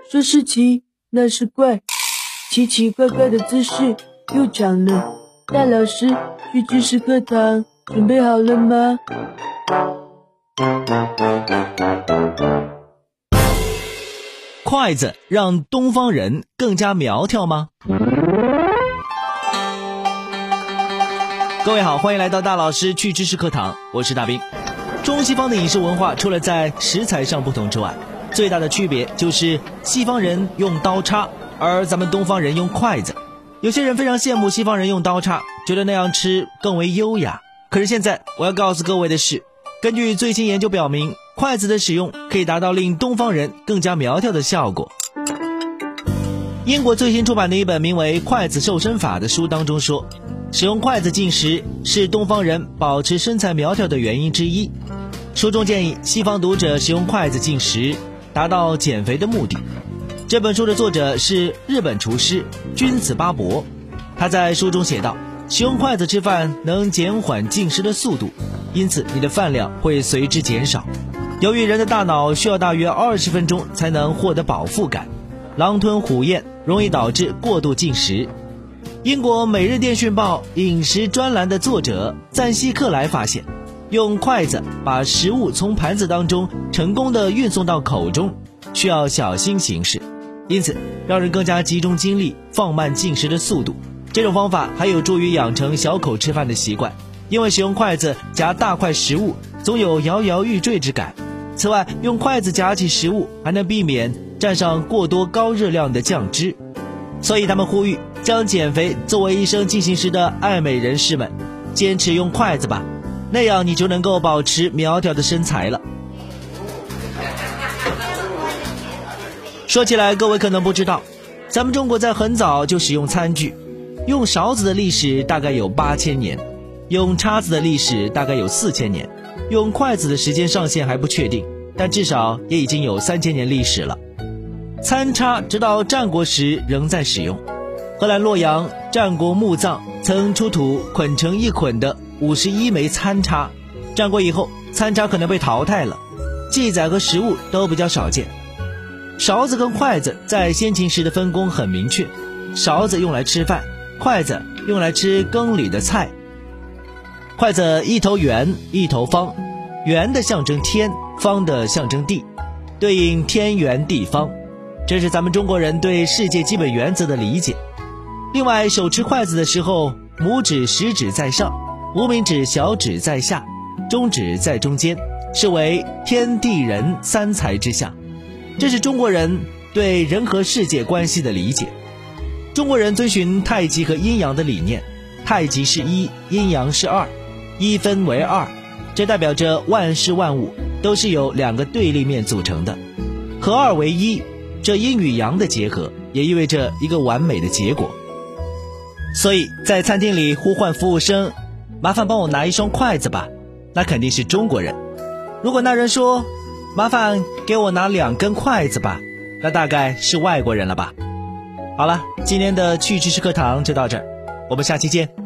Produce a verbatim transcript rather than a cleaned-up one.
说是奇，那是怪，奇奇怪怪的姿势又长了。大老师去知识课堂，准备好了吗？ 筷子让东方人更加苗条吗？各位好，欢迎来到大老师去知识课堂，我是大兵。中西方的饮食文化除了在食材上不同之外，最大的区别就是西方人用刀叉，而咱们东方人用筷子。有些人非常羡慕西方人用刀叉，觉得那样吃更为优雅。可是现在我要告诉各位的是，根据最新研究表明，筷子的使用可以达到令东方人更加苗条的效果。英国最新出版的一本名为《筷子瘦身法》的书当中说，使用筷子进食是东方人保持身材苗条的原因之一。书中建议西方读者使用筷子进食，达到减肥的目的。这本书的作者是日本厨师君子八博，他在书中写道，使用筷子吃饭能减缓进食的速度，因此你的饭量会随之减少。由于人的大脑需要大约二十分钟才能获得饱腹感，狼吞虎咽容易导致过度进食。英国每日电讯报饮食专栏的作者赞西克莱发现，用筷子把食物从盘子当中成功地运送到口中需要小心行事，因此让人更加集中精力，放慢进食的速度。这种方法还有助于养成小口吃饭的习惯，因为使用筷子夹大块食物总有摇摇欲坠之感。此外，用筷子夹起食物还能避免蘸上过多高热量的酱汁。所以他们呼吁将减肥作为一生进行时的爱美人士们，坚持用筷子吧，那样你就能够保持苗条的身材了。说起来，各位可能不知道，咱们中国在很早就使用餐具，用勺子的历史大概有八千年，用叉子的历史大概有四千年，用筷子的时间上限还不确定，但至少也已经有三千年历史了。餐叉直到战国时仍在使用。荷兰洛阳战国墓葬曾出土捆成一捆的五十一枚餐叉，战国以后餐叉可能被淘汰了，记载和实物都比较少见。勺子跟筷子在先秦时的分工很明确，勺子用来吃饭，筷子用来吃羹里的菜。筷子一头圆一头方，圆的象征天，方的象征地，对应天圆地方，这是咱们中国人对世界基本原则的理解。另外，手持筷子的时候，拇指食指在上，无名指小指在下，中指在中间，是为天地人三才之下。这是中国人对人和世界关系的理解。中国人遵循太极和阴阳的理念，太极是一，阴阳是二，一分为二，这代表着万事万物都是由两个对立面组成的，合二为一，这阴与阳的结合也意味着一个完美的结果。所以在餐厅里呼唤服务生，麻烦帮我拿一双筷子吧，那肯定是中国人。如果那人说，麻烦给我拿两根筷子吧，那大概是外国人了吧。好了，今天的去知识课堂就到这儿，我们下期见。